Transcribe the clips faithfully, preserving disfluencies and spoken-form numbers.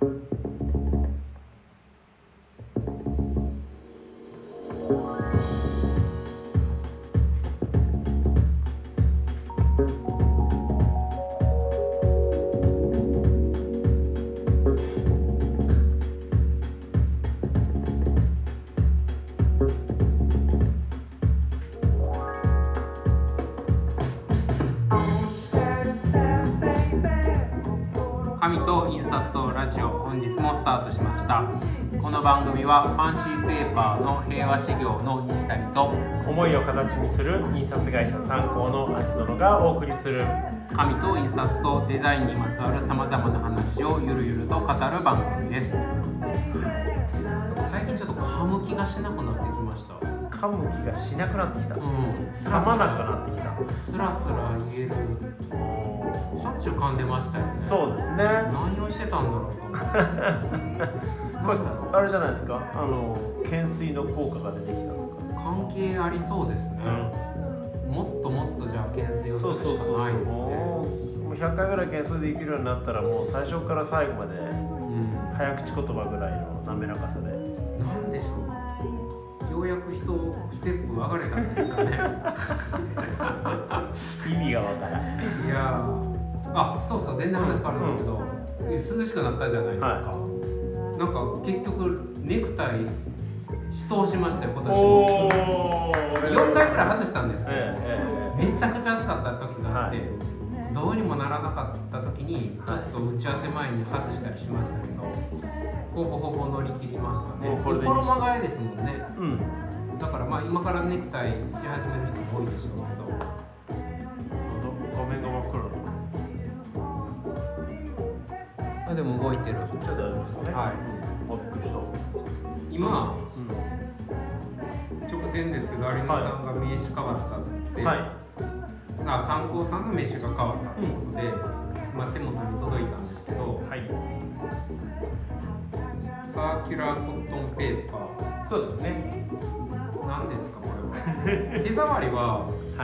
紙と印刷とラジオ、本日もスタートしました。この番組はファンシーペーパーの平和事業の西谷と思いを形にする印刷会社三幸の秋園がお送りする紙と印刷とデザインにまつわるさまざまな話をゆるゆると語る番組です。最近ちょっと噛む気がしなくなってきました。 噛む気がしなくなってきた、うん、 噛まなくなってきた。 スラスラ言える。しょっちゅう噛んでましたよね。 そうですね。 何をしてたんだろうと思ってこれあれじゃないですか、あの懸垂の効果が出てきたのか。 関係ありそうですね、うん、もっともっとじゃあ懸垂をするしかないですね。そうそうそうそう、 もうひゃっかいぐらい懸垂できるようになったらもう最初から最後まで、うん、早口言葉ぐらいの滑らかさで。 なんでしょう、ようやく人ステップ上がれたんですかね意味がわからん。 いやあ、そうそう、全然話変わるんですけど、うん、涼しくなったじゃないですか、はい、なんか結局ネクタイし通しましたよ今年も。よんかいぐらい外したんですけど、えーえー、めちゃくちゃ暑かった時があって、はい、どうにもならなかった時にちょっと打ち合わせ前に外したりしましたけど、ほぼほぼ乗り切りましたね。これで衣替えですもんね、うん、だからまあ今からネクタイし始める人も多いでしょうけど。 画面が真っ黒だ。 あ、でも動いてる。 そっちは大丈夫ですね。はい。びっくりした。 今、うん、直前ですけど、有野さんが名刺変わったって、はい、あ、三幸さんの名刺が変わったということで、うん、まあ、手元に届いたんですけど、はい、サーキュラーコットンペーパー。 そうですね。 何ですかこれは。手触りは、はい、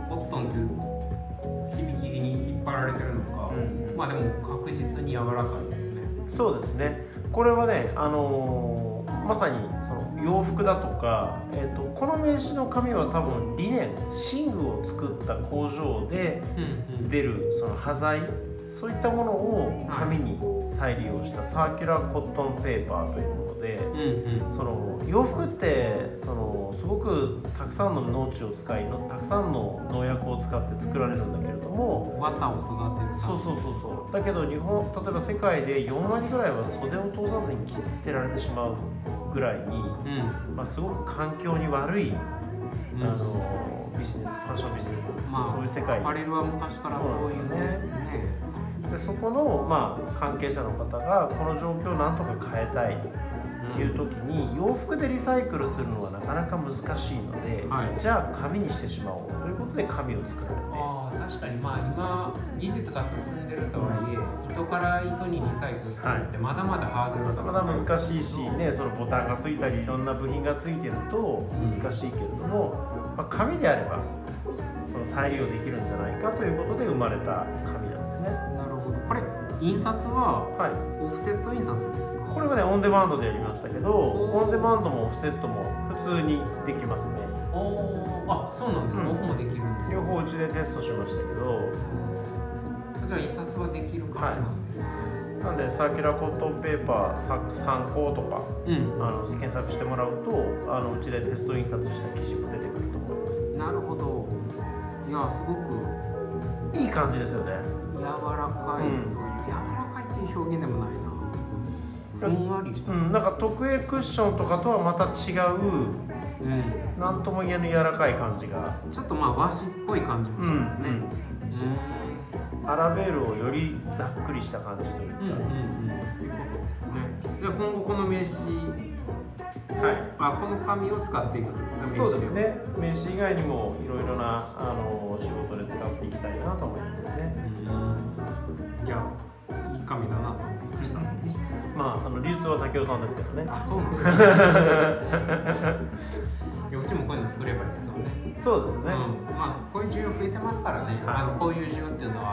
コットンっていう響きに引っ張られてるのか、うん、まあでも確実に柔らかいですね。 そうですね。これはね、あのー、まさにその洋服だとか、えーと、この名刺の紙は多分リネン、寝具を作った工場で出るその端材、そういったものを紙に再利用したサーキュラーコットンペーパーというもので、うんうん、その洋服ってそのすごくたくさんの農地を使いのたくさんの農薬を使って作られるんだけれども、 綿を育てる。 そうそうそうそう。だけど日本、例えば世界でよんわりぐらいは袖を通さずに捨てられてしまうぐらいに、うん、まあ、すごく環境に悪い、うん、あのビジネス、ファッションビジネス、まあ、そういう世界。 アパレルは昔からそういうね。 ね。でそこの、まあ、関係者の方がこの状況をなんとか変えたいという時に、洋服でリサイクルするのはなかなか難しいので、はい、じゃあ紙にしてしまおうということで紙を作られて。 ああ、確かに、まあ今技術が進んでるとはいえ、糸から糸にリサイクルするってまだまだハードルが、 まだまだ難しいしね、そのボタンがついたりいろんな部品がついてると難しいけれども、うん、まあ、紙であればその再利用できるんじゃないかということで生まれた紙なんですね。 なるほど。これ印刷は、はい、オフセット印刷ですか？ これはね、オンデマンドでやりましたけど、オンデマンドもオフセットも普通にできますね。 おあ、そうなんですか、うん、オフもできるんですか？ 両方うちでテストしましたけど、 じゃあ印刷はできる紙なんですね、 はい、なんでサーキュラーコットンペーパー参考とか、うん、あの検索してもらうと、あのうちでテスト印刷した機種も出てくると思います。 なるほど。いや、すごくいい感じですよね。 柔らかいという、うん、柔らかいっていう表現でもないな。ふんわりした、 うん、なんか特 A クッションとかとはまた違う、うん、なんとも言えぬ柔らかい感じが、 ちょっとまあ和紙っぽい感じもしますね、うんうん、アラベールをよりざっくりした感じというか、うんうんうん、 ということですね。じゃあ今後この名刺、はい、あ、この紙を使っていくという。 そうですね。名刺以外にもいろいろなあの仕事で使っていきたいなと思いますね。 うん、いや、いい紙だなと思いました。 まあ、あの流通は武雄さんですけどね。 あ、そうなんですね。いや、うちもこういうの作ればいいですよね。 そうですね。 うん、まあこういう需要増えてますからね。はい、あのこういう需要っていうのは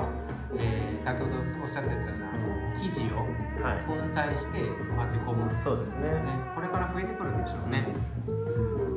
えー、先ほどおっしゃってたような生地を粉砕して混ぜ込む、 はい、そうですね。ね、 これから増えてくるんでしょうね。うん、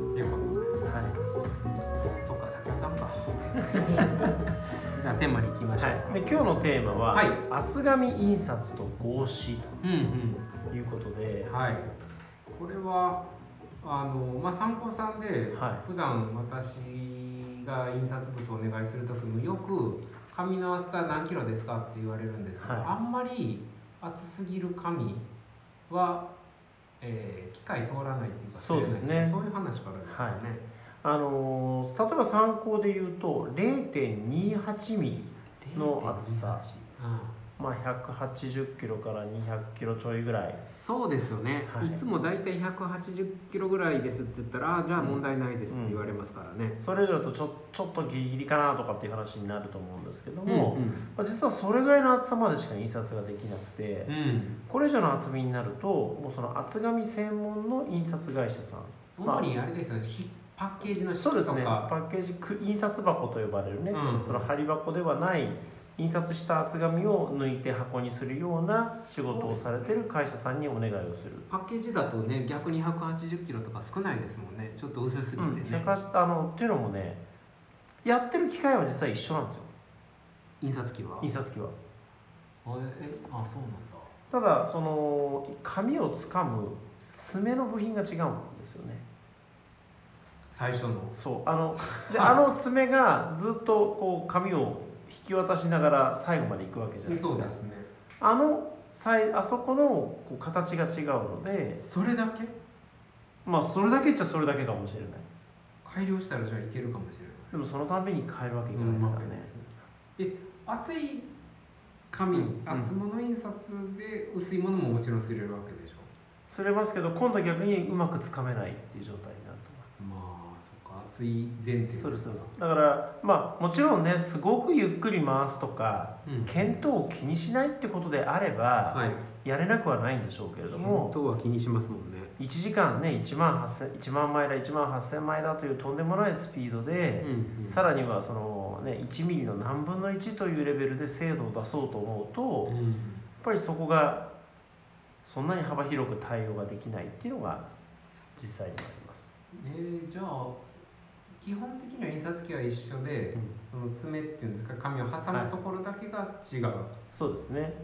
っていうことで、はい、そっか、竹雄さんか。じゃあテーマに行きましょうか。 はい、で今日のテーマは、 はい、 厚紙印刷と合紙ということで、 うんうん、はい、これはあの、まあ、参考さんで、はい、普段私が印刷物をお願いするときもよく紙の厚さ何キロですかって言われるんですけど、はい、あんまり厚すぎる紙は、えー、機械通らないっていうか、 そうですね、 そういう話からですよね。はい、 あのー、例えば参考で言うと れいてんにじゅうはちミリの厚さ、まあ、ひゃくはちじゅっキロからにひゃくキロちょいぐらい。 そうですよね、はい、いつもだいたいひゃくはちじゅっキロぐらいですって言ったら、あじゃあ問題ないですって言われますからね、 うんうん、それだとちょ、ちょっとギリギリかなとかっていう話になると思うんですけども、うんうん、まあ、実はそれぐらいの厚さまでしか印刷ができなくて、うん、これ以上の厚みになるともうその厚紙専門の印刷会社さん、 主にあれですよね、パッケージの式とか、 そうですね、パッケージ印刷箱と呼ばれるね、うん、その針箱ではない印刷した厚紙を抜いて箱にするような仕事をされている会社さんにお願いをする。 パッケージだとね、逆にひゃくはちじゅっキロとか少ないですもんね、ちょっと薄すぎてね、 うん、あのっていうのもね、やってる機械は実は一緒なんですよ、 印刷機は印刷機はええ、あ、そうなんだ。 ただその紙をつかむ爪の部品が違うんですよね、 最初の。 そう、あのであの爪がずっとこう紙を引き渡しながら最後まで行くわけじゃないですか。 そうですね。 あのあそこのこう形が違うので。 それだけ？ まあそれだけっちゃそれだけかもしれないです。 改良したらじゃあいけるかもしれない。 でもそのたんびに変えるわけいかないですからね。 うん、え、厚い紙、厚物印刷で薄いものももちろんすれるわけでしょ。 すれますけど、今度逆にうまくつかめないっていう状態になると思います。 まあそっか、厚い前提。 そうですそうです。だからまあもちろんね、すごくゆっくり回すとか、うん、見当を気にしないってことであれば、はい、やれなくはないんでしょうけれども、 見当は気にしますもんね。 いちじかんね、いちまんはっせん、いちまんまいだいちまんはっせんまいだというとんでもないスピードで、うんうん、さらにはその、ね、いちミリの何分のいちというレベルで精度を出そうと思うと、うん、やっぱりそこがそんなに幅広く対応ができないっていうのが実際にあります。 えー、じゃあ基本的には印刷機は一緒で、うん、その爪っていうんですか、紙を挟むところだけが違う、はい、 そうですね。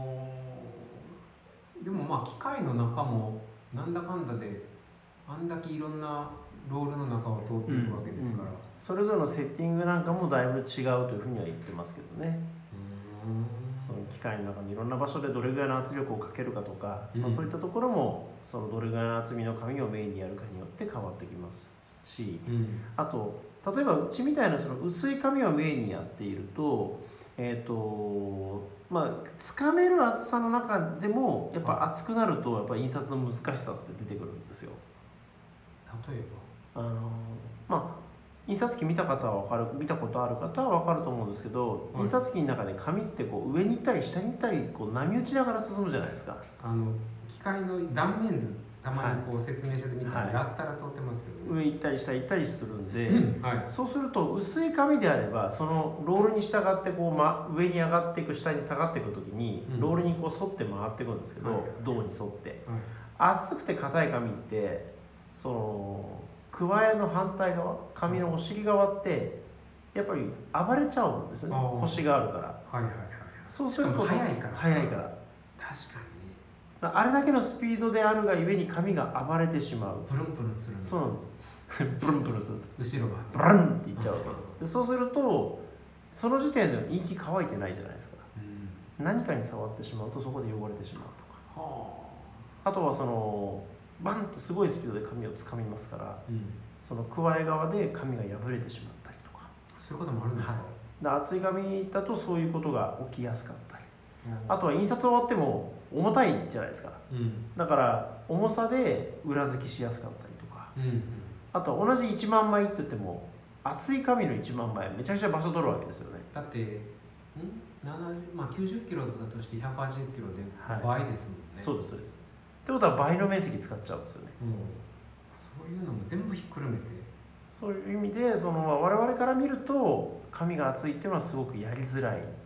でもまあ機械の中もなんだかんだであんだけいろんなロールの中を通っていくわけですから、うんうん、 それぞれのセッティングなんかもだいぶ違うというふうには言ってますけどね。うーん、その機械の中にいろんな場所でどれぐらいの圧力をかけるかとか、うん、まあ、そういったところもそのどれぐらいの厚みの紙をメインにやるかによって変わってきますし、うん、あと例えばうちみたいなその薄い紙をメインにやっていると、えーとまあ、つかめる厚さの中でもやっぱ厚くなるとやっぱ印刷の難しさって出てくるんですよ。 例えばあのまあ印刷機見た方は分かる、見たことある方は分かると思うんですけど、はい、印刷機の中で紙ってこう上に行ったり下に行ったりこう波打ちながら進むじゃないですか。 あの機械の断面図たまにこう説明書で見たらやったら通ってますよね、 はい、上行ったり下行ったりするんで、はい、そうすると薄い紙であればそのロールに従ってこう、ま、上に上がっていく下に下がっていく時に、うん、ロールにこう沿って回っていくんですけど、はい、胴に沿って、はい、厚くて硬い紙ってそのくわえの反対側、紙のお尻側ってやっぱり暴れちゃうんですよね、腰があるから。はいはいはい、そうすると速いから速いから確かにあれだけのスピードであるがゆえに紙が暴れてしまう。 ブルンブルンする。 そうなんです。ブルンブルンする。 後ろがブルンっていっちゃうわけで、そうするとその時点でインキ乾いてないじゃないですか、うん、何かに触ってしまうとそこで汚れてしまうとか、はあ、あとはそのバンってすごいスピードで紙をつかみますから、うん、そのくわえ側で紙が破れてしまったりとか。 そういうこともあるんですか、はい、 で厚い紙だとそういうことが起きやすかったり、うん、あとは印刷終わっても重たいじゃないですか、うん、だから重さで裏付きしやすかったりとか、うんうん、あとは同じいちまんまいって言っても厚い紙のいちまんまいめちゃくちゃ場所取るわけですよね。 だってんまあ、きゅうじゅっキロだとしてひゃくはちじゅっキロで倍ですもんね、はい、 そうですそうです。ってことは倍の面積使っちゃうんですよね、 うん、そういうのも全部ひっくるめてそういう意味でその我々から見ると紙が厚いっていうのはすごくやりづらい。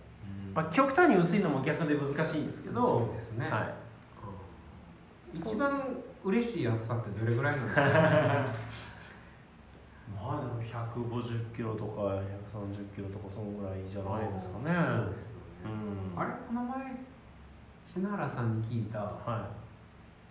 まあ、極端に薄いのも逆で難しいんですけど、 そうですね、 はいうん、一番嬉しい厚さってどれぐらいなんですか？ まあでもひゃくごじゅっキロとかひゃくさんじゅっキロとかそのぐらいじゃないですかね。 そうですよね、 うん、 あれこの前篠原さんに聞いた、 はい、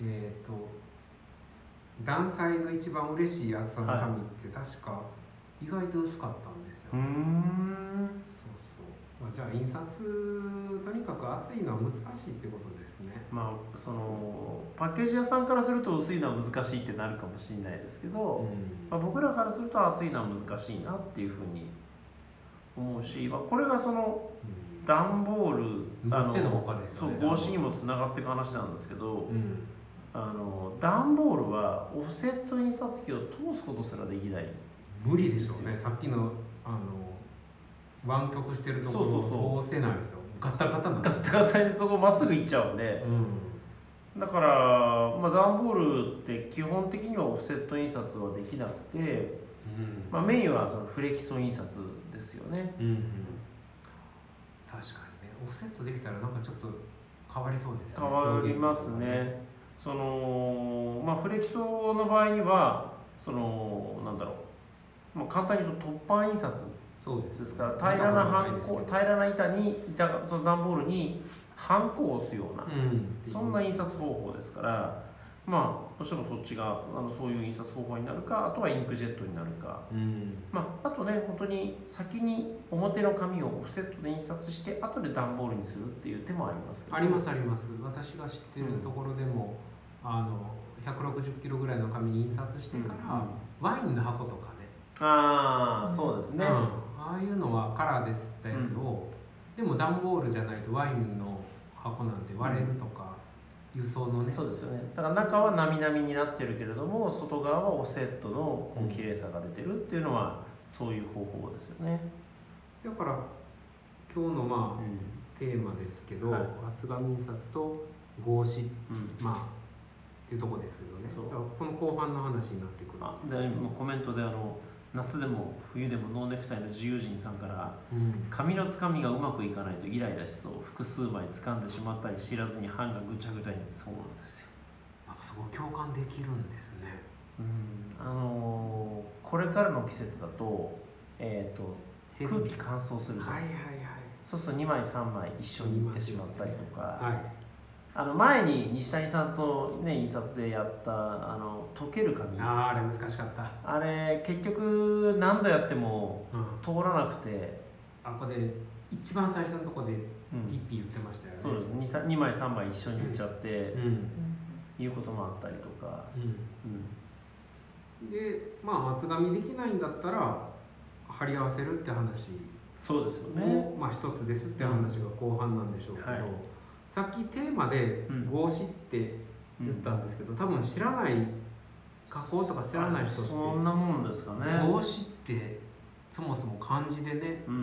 えっ、ー、と断裁の一番嬉しい厚さの紙って確か意外と薄かったんですよ。 うーん、 そうそう、まあ、じゃあ印刷とにかく厚いのは難しいってことですね。 まあそのパッケージ屋さんからすると薄いのは難しいってなるかもしれないですけど、うん、まあ、僕らからすると厚いのは難しいなっていうふうに思うし、まあ、これがその段ボール、 うん、あの手の他ですよね、 そう合紙にもつながっていく話なんですけど、 うん、 あの段ボールはオフセット印刷機を通すことすらできない。 無理でしょうね。さっきのあの湾曲してるところを通せないですよ。ガタガタなんですよ。 ガタガタにそこまっすぐいっちゃうんで、うん、だから、まあ、段ボールって基本的にはオフセット印刷はできなくて、うん、まあ、メインはそのフレキソ印刷ですよね、うんうん、 確かにね。オフセットできたらなんかちょっと変わりそうですよね。 変わりますね。その、まあ、フレキソの場合にはそのなんだろう、まあ、簡単に言うと凸版印刷ですから、平らなハンコ、平らな板に板がその段ボールにハンコを押すような、うん、そんな印刷方法ですから、まあどうしてもそっちがあのそういう印刷方法になるか、あとはインクジェットになるか、うん、まあ、あとね本当に先に表の紙をオフセットで印刷して後で段ボールにするっていう手もありますけど、 ありますあります。私が知ってるところでも、うん、あのひゃくろくじゅっキロぐらいの紙に印刷してから、うんうん、ワインの箱とかね、 ああそうですね、うん、 ああいうのはカラーで吸ったやつを、うん、でも段ボールじゃないとワインの箱なんて割れるとか、うん、輸送のね、 そうですよね。だから中はなみなみになってるけれども外側はオフセットのこう綺麗さが出てるっていうのは、うん、そういう方法ですよね。 だから今日のまあ、うん、テーマですけど、はい、厚紙印刷と合紙、うん、まあっていうところですけどね。だからこの後半の話になってくる。 あで今コメントであの夏でも冬でもノーネクタイの自由人さんから、うん、紙のつかみがうまくいかないとイライラしそう、複数枚掴んでしまったり知らずに版がぐちゃぐちゃに。そうなんですよ。 なんかそこ共感できるんですね。 うん、あのー、これからの季節だと、えーと、空気乾燥するじゃないですか、はいはいはい、そうするとにまいさんまい一緒にいってしまったりとか、はい、あの前に西谷さんと、ね、印刷でやったあの溶ける紙、 ああれ難しかった。 あれ結局何度やっても通らなくて、 うん、あここで一番最初のとこでピッピ言ってましたよね、 うん、そうです 2, にまいさんまい一緒にいっちゃって、うん、いうこともあったりとか、 うんうん、でまあ厚紙できないんだったら貼り合わせるって話、 そうですよね、 まあ一つですって話が後半なんでしょうけど、はい、さっきテーマで合紙って言ったんですけど、多分知らない加工とか知らない人って、 そんなもんですかね。 合紙ってそもそも漢字でね、 うんうんうん、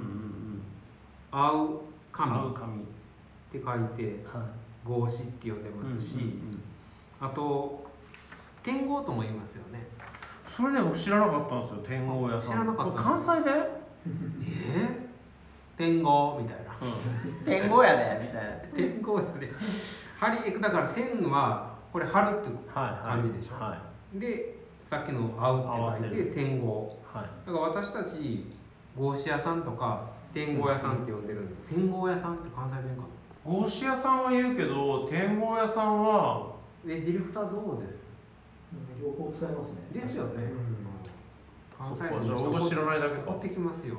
合う紙合う紙って書いて、はい、合紙って呼んでますし、うんうんうん、あと天合とも言いますよね。 それね僕知らなかったんですよ、天合屋さん。 知らなかった。 関西弁えー、天合みたいな、 うん、天合やでみたいな天合やで貼りだから天はこれ貼るって感じでしょ、はいはい、でさっきの合うって書いて天合、はい、だから私たち合紙屋さんとか天合屋さんって呼んでるんです、うん、天合屋さんって関西弁かな。 合紙屋さんは言うけど天合屋さんはえディレクターどうです？ 両方使いますね。 ですよね、うん、 関西人の人知らないだけか。 怒ってきますよ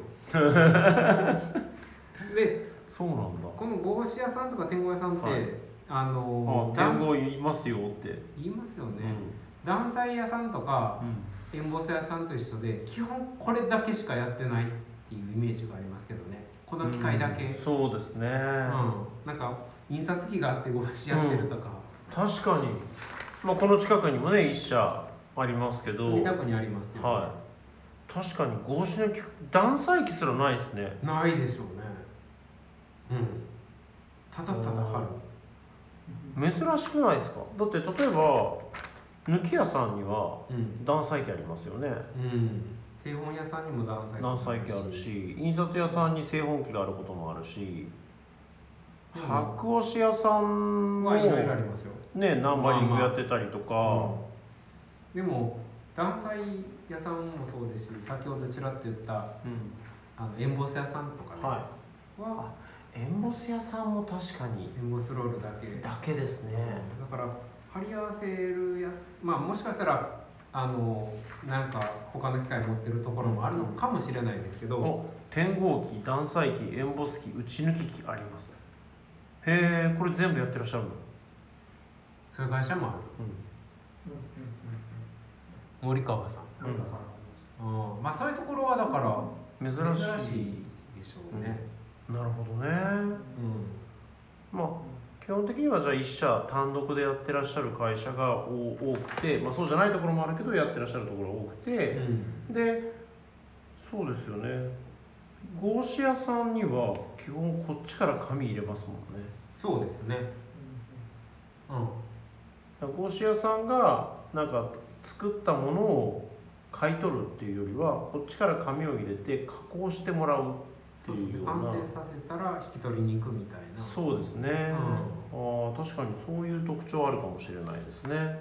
でそうなんだ。 この合紙屋さんとか天合屋さんって、はい、あのあ天合言いますよって言いますよね、うん、断裁屋さんとか、うん、エンボス屋さんと一緒で基本これだけしかやってないっていうイメージがありますけどね。この機械だけ、 うん、そうですね、うん、 なんか印刷機があって合紙やってるとか、 うん、確かに、まあ、この近くにもね一社ありますけど、 墨田区にありますよね、 はい、確かに合紙の断裁機すらないですね。 ないでしょうね。うん、ただただ貼る。珍しくないですか？だって例えば抜き屋さんには断裁機ありますよね、 うん、製本屋さんにも断裁機断裁機あるし、印刷屋さんに製本機があることもあるし、 白押し屋さんもはいろいろありますよね、ナンバリングやってたりとか、 まあまあ、うん、でも断裁屋さんもそうですし、先ほどちらっと言った、うん、あのエンボス屋さんとかね、はい、はエンボス屋さんも確かにエンボスロールだけだけですね。 だから貼り合わせるやつ、まあもしかしたらあのなんか他の機械持ってるところもあるのかもしれないですけど、 うん、点合機、断裁機、エンボス機、打ち抜き機あります。へえ、これ全部やってらっしゃるの？ そういう会社もある、うん、森川さん、森川さん、うん、まあそういうところはだから珍しいでしょうね、 うん、なるほどね、うん、まあ基本的にはじゃあ一社単独でやってらっしゃる会社が多くて、まあ、そうじゃないところもあるけどやってらっしゃるところが多くて、うん、でそうですよね、合紙屋さんには基本こっちから紙入れますもんね。 そうですね、 うん、合紙屋さんがなんか作ったものを買い取るっていうよりはこっちから紙を入れて加工してもらうっていうような、 完成させたら引き取りに行くみたいな。 そうですね、うん、あ確かにそういう特徴あるかもしれないですね、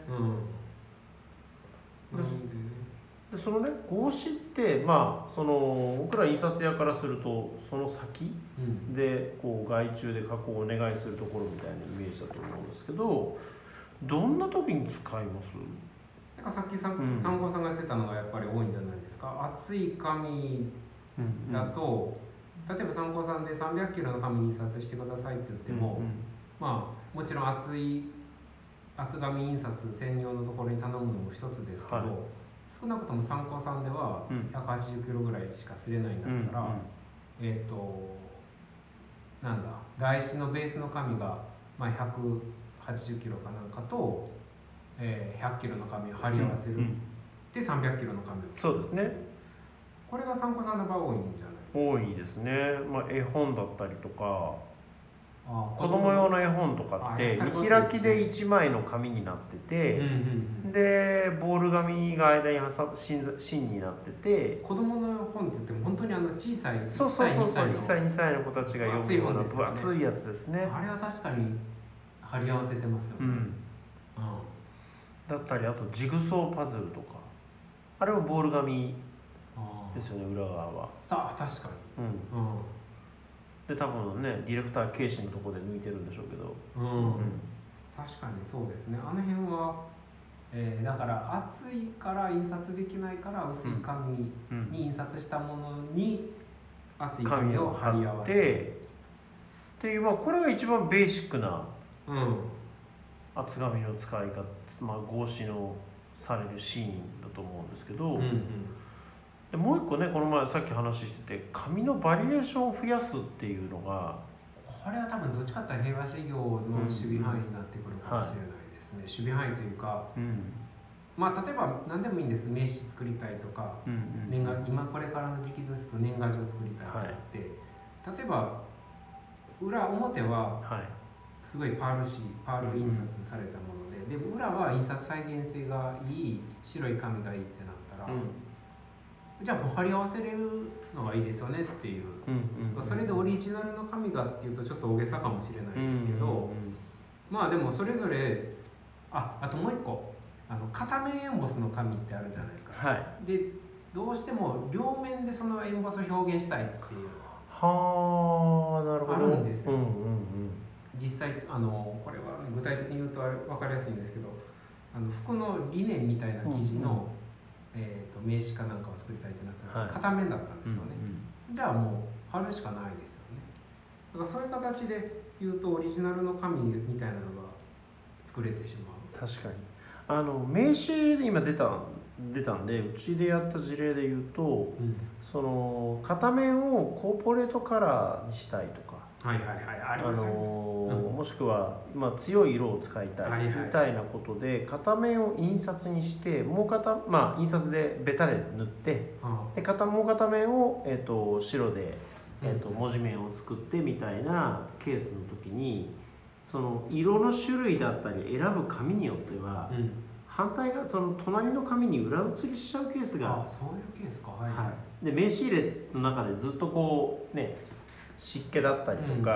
うん、で, でそのね合紙ってまあその僕ら印刷屋からするとその先でこう外注で加工をお願いするところみたいなイメージだと思うんですけど、どんな時に使います？ なんかさっきさ、うん、三郷さんが言ってたのがやっぱり多いんじゃないですか。厚い紙だと、うんうん、例えば三郷さんでさんびゃくキロの紙に印刷してくださいって言っても、うんうん、まあもちろん厚い厚紙印刷専用のところに頼むのも一つですけど、はい、少なくとも三郷さんではひゃくはちじゅっキロぐらいしかすれないんだったら、うんうん、えっ、ー、となんだ台紙のベースの紙が、まあ、ひゃくはちじゅっキロかなんかと、えー、ひゃくキロの紙を貼り合わせる、うんうん、でさんびゃくキロの紙をそうですね。 これが三郷さんの場合多いんじゃないですか。 多いですね、まあ、絵本だったりとかあ子供用の絵本とかって見開きでいちまいの紙になってて、でボール紙が間に挟芯になってて、 子供の絵本って言っても本当にあの小さいそうそうそうそういっさいにさいの子たちが読むような分厚いやつですね。 あれは確かに貼り合わせてますよね、うんうん、 だったりあとジグソーパズルとかあれはボール紙ですよね、裏側は。 さあ確かに、うんうん、 で多分ねディレクター軽視のところで抜いてるんでしょうけど、 うんうん、確かにそうですね。あの辺は、えー、だから厚いから印刷できないから薄い紙に印刷したものに厚い紙を貼り合わせてっていう、まあ、これが一番ベーシックな、 うん、 厚紙の使い方、まあ、合紙のされるシーンだと思うんですけど、うんうん、でもう一個ねこの前さっき話してて紙のバリエーションを増やすっていうのがこれは多分どっちかっていうと平和事業の守備範囲になってくるかもしれないですね、はい、守備範囲というか、うん、まあ例えば何でもいいんです。名刺作りたいとか、うんうん、年賀今これからの時期ですと年賀状作りたいとかって、はい、例えば裏表はすごいパール紙パール印刷されたもので、でも裏は印刷再現性がいい白い紙がいいってなったら、うん、じゃあもう貼り合わせれるのがいいですよねっていう、うんうんうん、それでオリジナルの紙がっていうとちょっと大げさかもしれないですけど、うんうんうん、まあでもそれぞれああともう一個あの片面エンボスの紙ってあるじゃないですか、はい、でどうしても両面でそのエンボスを表現したいっていうはあなるほどあるんですよ、 うんうんうん、 実際あのこれは具体的に言うと分かりやすいんですけど、あの服のリネンみたいな生地の、うんうん、えー、と名刺かなんかを作りたいってなったら、はい、片面だったんですよね、うんうん、じゃあもう貼るしかないですよね。だからそういう形で言うとオリジナルの紙みたいなのが作れてしまう。 確かにあの名刺で今出た出たんでうちでやった事例で言うと、うん、その片面をコーポレートカラーにしたいとか、 はいはいはいあります、あのーうん、もしくは、まあ、強い色を使いたいみたいなことで、はいはい、片面を印刷にしてもう片、まあ、印刷でベタで塗って、うん、で片もう片面を、えー、と白で、えー、と文字面を作ってみたいなケースの時にその色の種類だったり選ぶ紙によっては、うん、反対がその隣の紙に裏写りしちゃうケースがあそういうケースか、はいはい、で名刺入れの中でずっとこうね湿気だったりとか、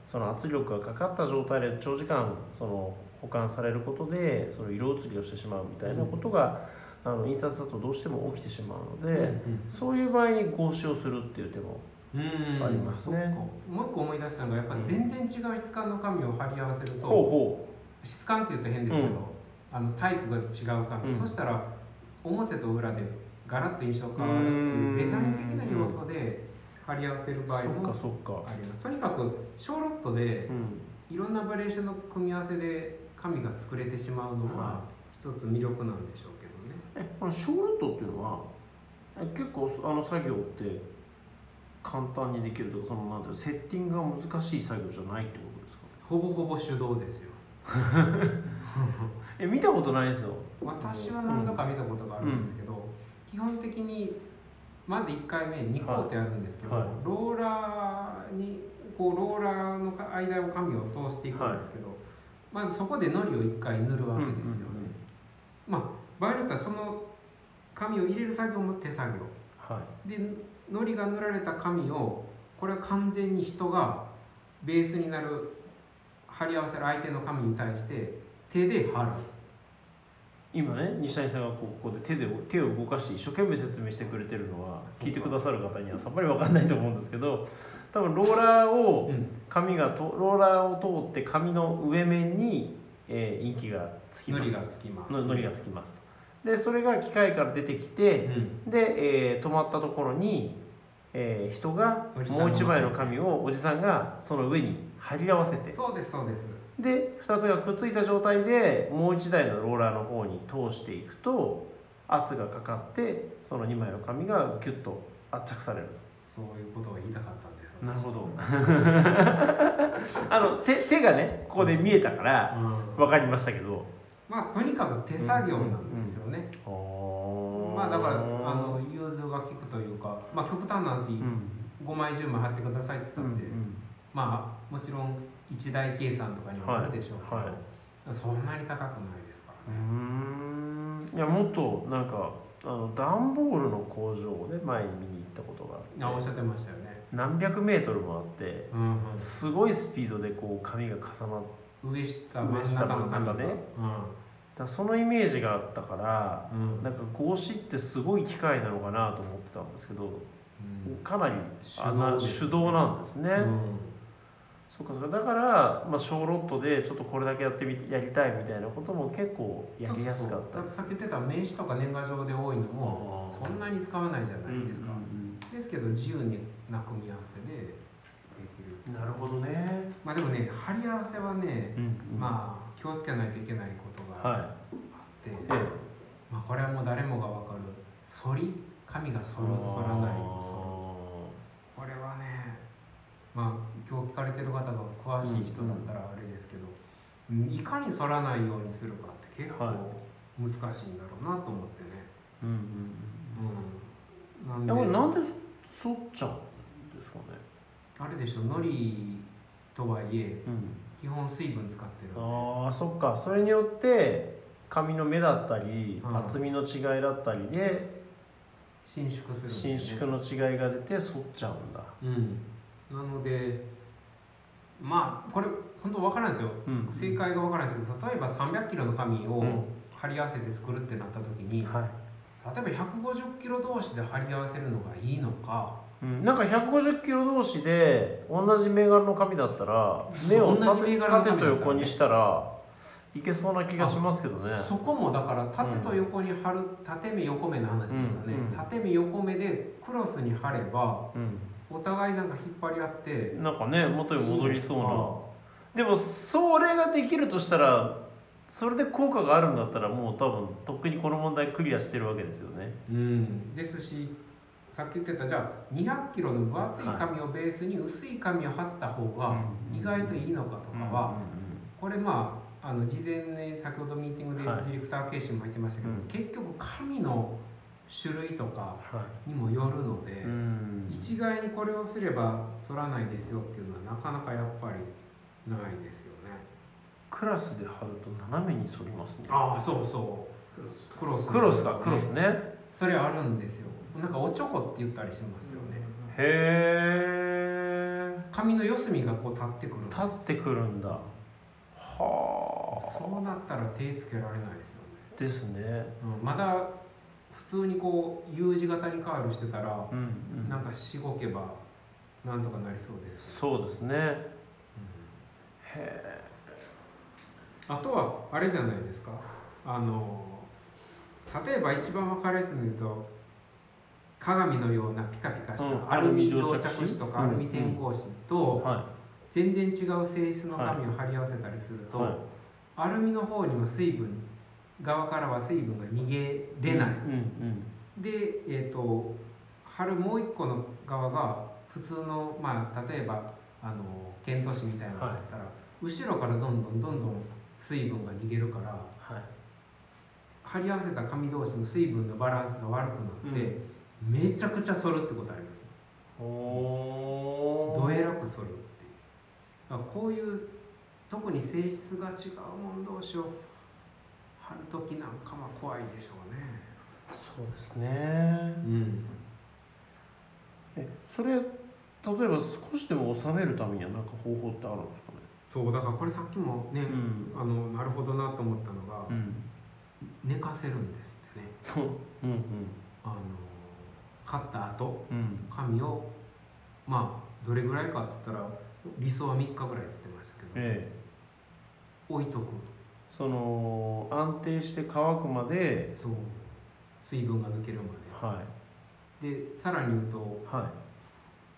その圧力がかかった状態で長時間その保管されることでその色移りをしてしまうみたいなことが、うん、あの印刷だとどうしても起きてしまうので、うんうん、そういう場合に合紙をするっていう手もありますね。 もう一個思い出したのがやっぱ全然違う質感の紙を貼り合わせると、 ほうほう質感って言うと変ですけど、うん、あのタイプが違う紙、うん、そしたら表と裏でガラッと印象変わるっていうデザイン的な要素で貼り合わせる場合もあります。とにかく小ロットでいろんなバリエーションの組み合わせで紙が作れてしまうのが一つ魅力なんでしょうけどね。 え、この小ロットっていうのは結構あの作業って簡単にできるとか、そのなんていうセッティングが難しい作業じゃないってことですか？ ほぼほぼ手動ですよ。 え、見たことないですよ。 私は何度か見たことがあるんですけど、うん、基本的にまずいっかいめに工程あるんですけど、はいはい、ローラーにこうローラーの間を紙を通していくんですけど、はい、まずそこで糊をいっかい塗るわけですよね。うんうんうん、まあ場合によってはその紙を入れる作業も手作業、はい、で糊が塗られた紙をこれは完全に人がベースになる貼り合わせる相手の紙に対して手で貼る。 今ね、西谷さんがここで手で手を動かして一生懸命説明してくれてるのは聞いてくださる方にはさっぱり分かんないと思うんですけど、多分ローラーを紙がとローラーを通って紙の上面に、えー、インキがつきます。 糊がつきます。 糊がつきますと。でそれが機械から出てきて、うん、で、えー、止まったところに、えー、人がもう一枚の紙をおじさんがその上に貼り合わせて、 そうですそうです。 でふたつがくっついた状態でもういちだいのローラーの方に通していくと圧がかかってそのにまいの紙がギュッと圧着される。 そういうことが言いたかったんです。 なるほど。あの 手, 手がねここで見えたから分かりましたけど、 まあとにかく手作業なんですよね。 うんうん、 まあだからあの融通が利くというか、まあ極端な話、うん、ごまいじゅうまい貼ってくださいって言ったんで、うんうん、まあもちろん一台計算とかにはなるでしょうけど、はいはい、そんなに高くないですからね。 うーん、いやもっとなんかあの段ボールの工場をね前に見に行ったことがあって、 あ、おっしゃってましたよね。 何百メートルもあって、うんうん、すごいスピードでこう紙が重なって上下真ん中の紙で、うん、 だそのイメージがあったから、うん、なんか合紙ってすごい機械なのかなと思ってたんですけど、うん、かなり手動、手動なんですね。うん、そうかそうか。だから、まあ、小ロットでちょっとこれだけやってみやりたいみたいなことも結構やりやすかった。 そうそう、さっき言ってた名刺とか年賀状で多いのもそんなに使わないじゃないですか。うんうんうん、ですけど自由な組み合わせでできる。 なるほどね。 まあでもね、貼り合わせはね、うんうん、まあ気をつけないといけないことがあって、はい、まあこれはもう誰もが分かる反り、紙が反る反らないの反る。これはね、まあ今日聞かれてる方が詳しい人だったらあれですけど、うんうん、いかに反らないようにするかって結構難しいんだろうなと思ってね。うんうんうん。なんでなんで反っちゃうんですかね。 あれでしょ、糊とはいえ、うん、基本水分使ってる。 ああ、そっか。それによって紙の目だったり、うん、厚みの違いだったりで伸縮する、ね、 伸縮の違いが出て反っちゃうんだ。 うん、なのでまあこれ本当分からないですよ、うん、正解が分からないですけど、例えばさんびゃくキロの紙を貼り合わせて作るってなった時に、うん、はい、例えばひゃくごじゅっキロ同士で貼り合わせるのがいいのか、 うん、なんかひゃくごじゅっキロ同士で同じ銘柄の紙だったら目を縦と横にしたらいけそうな気がしますけどね。 そこもだから縦と横に貼る、うん、縦目横目の話ですよね、うんうん、縦目横目でクロスに貼れば、うん、お互いなんか引っ張り合ってなんかね元に戻りそうな、でもそれができるとしたらそれで効果があるんだったらもう多分とっくにこの問題クリアしてるわけですよね。 うん、ですしさっき言ってたじゃあにひゃくキロの分厚い紙をベースに薄い紙を貼った方が意外といいのかとかは、これまああの事前に先ほどミーティングでディレクターケイシンも言ってましたけど、はい、結局紙の種類とかにもよるので、はい、一概にこれをすれば反らないですよっていうのはなかなかやっぱりないですよね。 クラスで貼ると斜めに反りますね。 ああ、そうそう、クロスクロスかクロスね。 それあるんですよ。なんかおちょこって言ったりしますよね。 へえ。 紙の四隅がこう立ってくるんです。 立ってくるんだ。はあ。 そうなったら手つけられないですよね。 ですね。 うん、まだ普通にこう U 字型にカールしてたら、 うんうん、 なんかしごけばなんとかなりそうです。 そうですね。うん、へえ。あとはあれじゃないですか。あの例えば一番分かりやすいので言うと、鏡のようなピカピカしたアルミ蒸着紙とかアルミ転合紙と全然違う性質の紙を貼り合わせたりすると、はいはい、アルミの方には水分側からは水分が逃げれない、うんうんうん、で、えーと、貼るもう一個の側が普通の、まあ、例えばあのケント紙みたいなのだったら、はい、後ろからどんどんどんどん水分が逃げるから、はい、貼り合わせた紙同士の水分のバランスが悪くなって、うん、めちゃくちゃ反るってことあります。おどえらく反るっていう。こういう特に性質が違うもの同士を貼るときなんかは怖いでしょうね。 そうですね。うん。え、それ例えば少しでも収めるためには何か方法ってあるんですかね。 そうだからこれさっきもね、うん、あのなるほどなと思ったのが、うん、寝かせるんですってね。うんうん、あの買った後、うん、紙をまあどれぐらいかって言ったら理想はみっかぐらいって言ってましたけど、ええ、置いとく。 その安定して乾くまで、 そう水分が抜けるまで、はい、でさらに言うと、はい、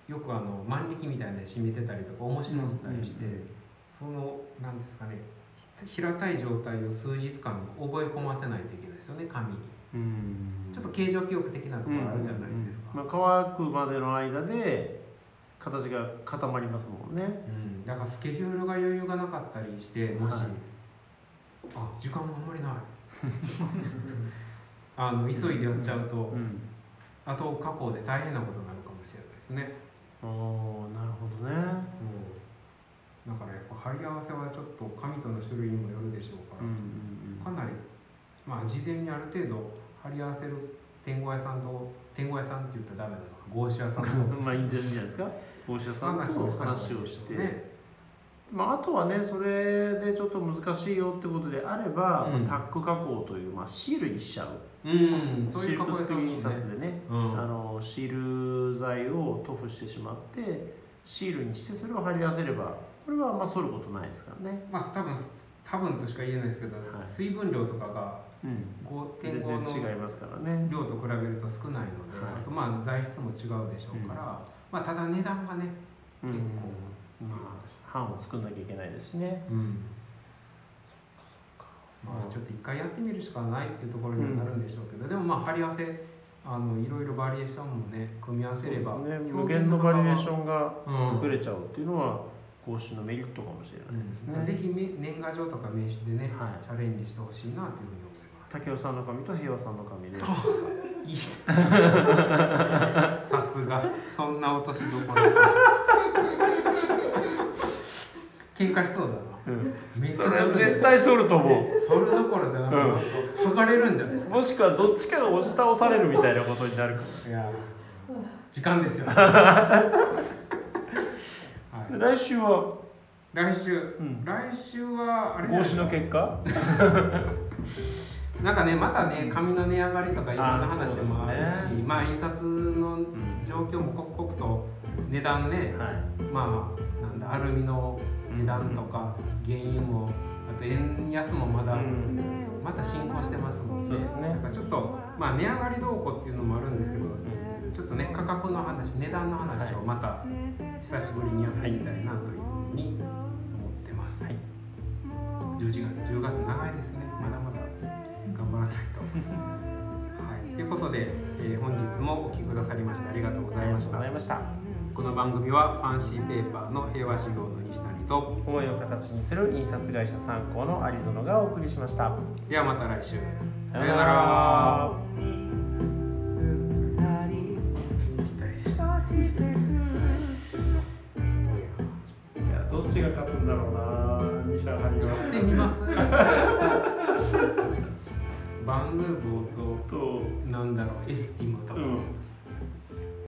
よくあの万力みたいなので締めてたりとか重しのせたりして、うんうんうん、その何ですかね、平たい状態を数日間覚え込ませないといけないですよね、紙に。うんちょっと形状記憶的なところあるじゃないですか。 うんうんうん、まあ、乾くまでの間で形が固まりますもんね。 うん、だからスケジュールが余裕がなかったりして、もし、はい、あ時間があんまりないあの急いでやっちゃうと、うん、あと加工で大変なことになるかもしれないですね。 ああなるほどね。 うん、だからやっぱ貼り合わせはちょっと紙との種類にもよるでしょうから、うんうんうん、かなりまあ事前にある程度貼り合わせる天狗屋さんと天狗屋さんって言ったらダメなのか、合紙屋さんとまあいいんじゃないですか。合紙屋さんと話をして、ね、まあ、あとはねそれでちょっと難しいよってことであれば、うん、タック加工という、まあ、シールにしちゃう、うん、そういうシルクスクリーン印刷でね、うん、あのシール剤を塗布してしまってシールにしてそれを貼り合わせればこれはあんま反ることないですからね。 まあ多分多分としか言えないですけど、はい、水分量とかが全然違いますからね。 量と比べると少ないので、はい、あとまあ材質も違うでしょうから、うん、まあただ値段がね、うん、結構、 まあ版を作んなきゃいけないですしね。うん、 まあちょっと一回やってみるしかないっていうところにはなるんでしょうけど、うん、でもまあ貼り合わせあのいろいろバリエーションもね組み合わせれば、 ね、無限のバリエーションが作れちゃうっていうのは講師のメリットかもしれないですね。 うん、ぜひ年賀状とか名刺でね、はい、チャレンジしてほしいなというふうに思います。 竹雄さんの紙と平和さんの紙で。 いいさすがそんな落としどころか喧嘩しそうだな、うん、めっちゃそれ絶対反ると思う。 反るどころじゃなくて、うん、剥がれるんじゃないですか。 もしくはどっちかが押し倒されるみたいなことになるかもしれない。 時間ですよね。 来週は来週、うん、来週はあれ合紙の結果なんかねまたね紙の値上がりとかいろんな話もあるし、ね、まあ印刷の状況も刻々と値段ね、はい、まあなんだアルミの値段とか原油もあと円安もまだ、うん、また進行してますもんね。そうですね。なんかちょっとまあ値上がり動向っていうのもあるんですけど、うん、ちょっとね価格の話値段の話をまた久しぶりにやってみたいなというふうに思ってます。はい、じゅうがつ長いですね。まだまだ頑張らないと。はい、ということで、えー、本日もお聞きくださりましてありがとうございました。 ありがとうございました。 この番組はファンシーペーパーの平和事業の西谷と思いを形にする印刷会社三幸の有園がお送りしました。 ではまた来週。さようなら。 どっちが勝つんだろうな。に社張ります。 やってみます。バンヌーボーと、となんだろうエスティマとか。うん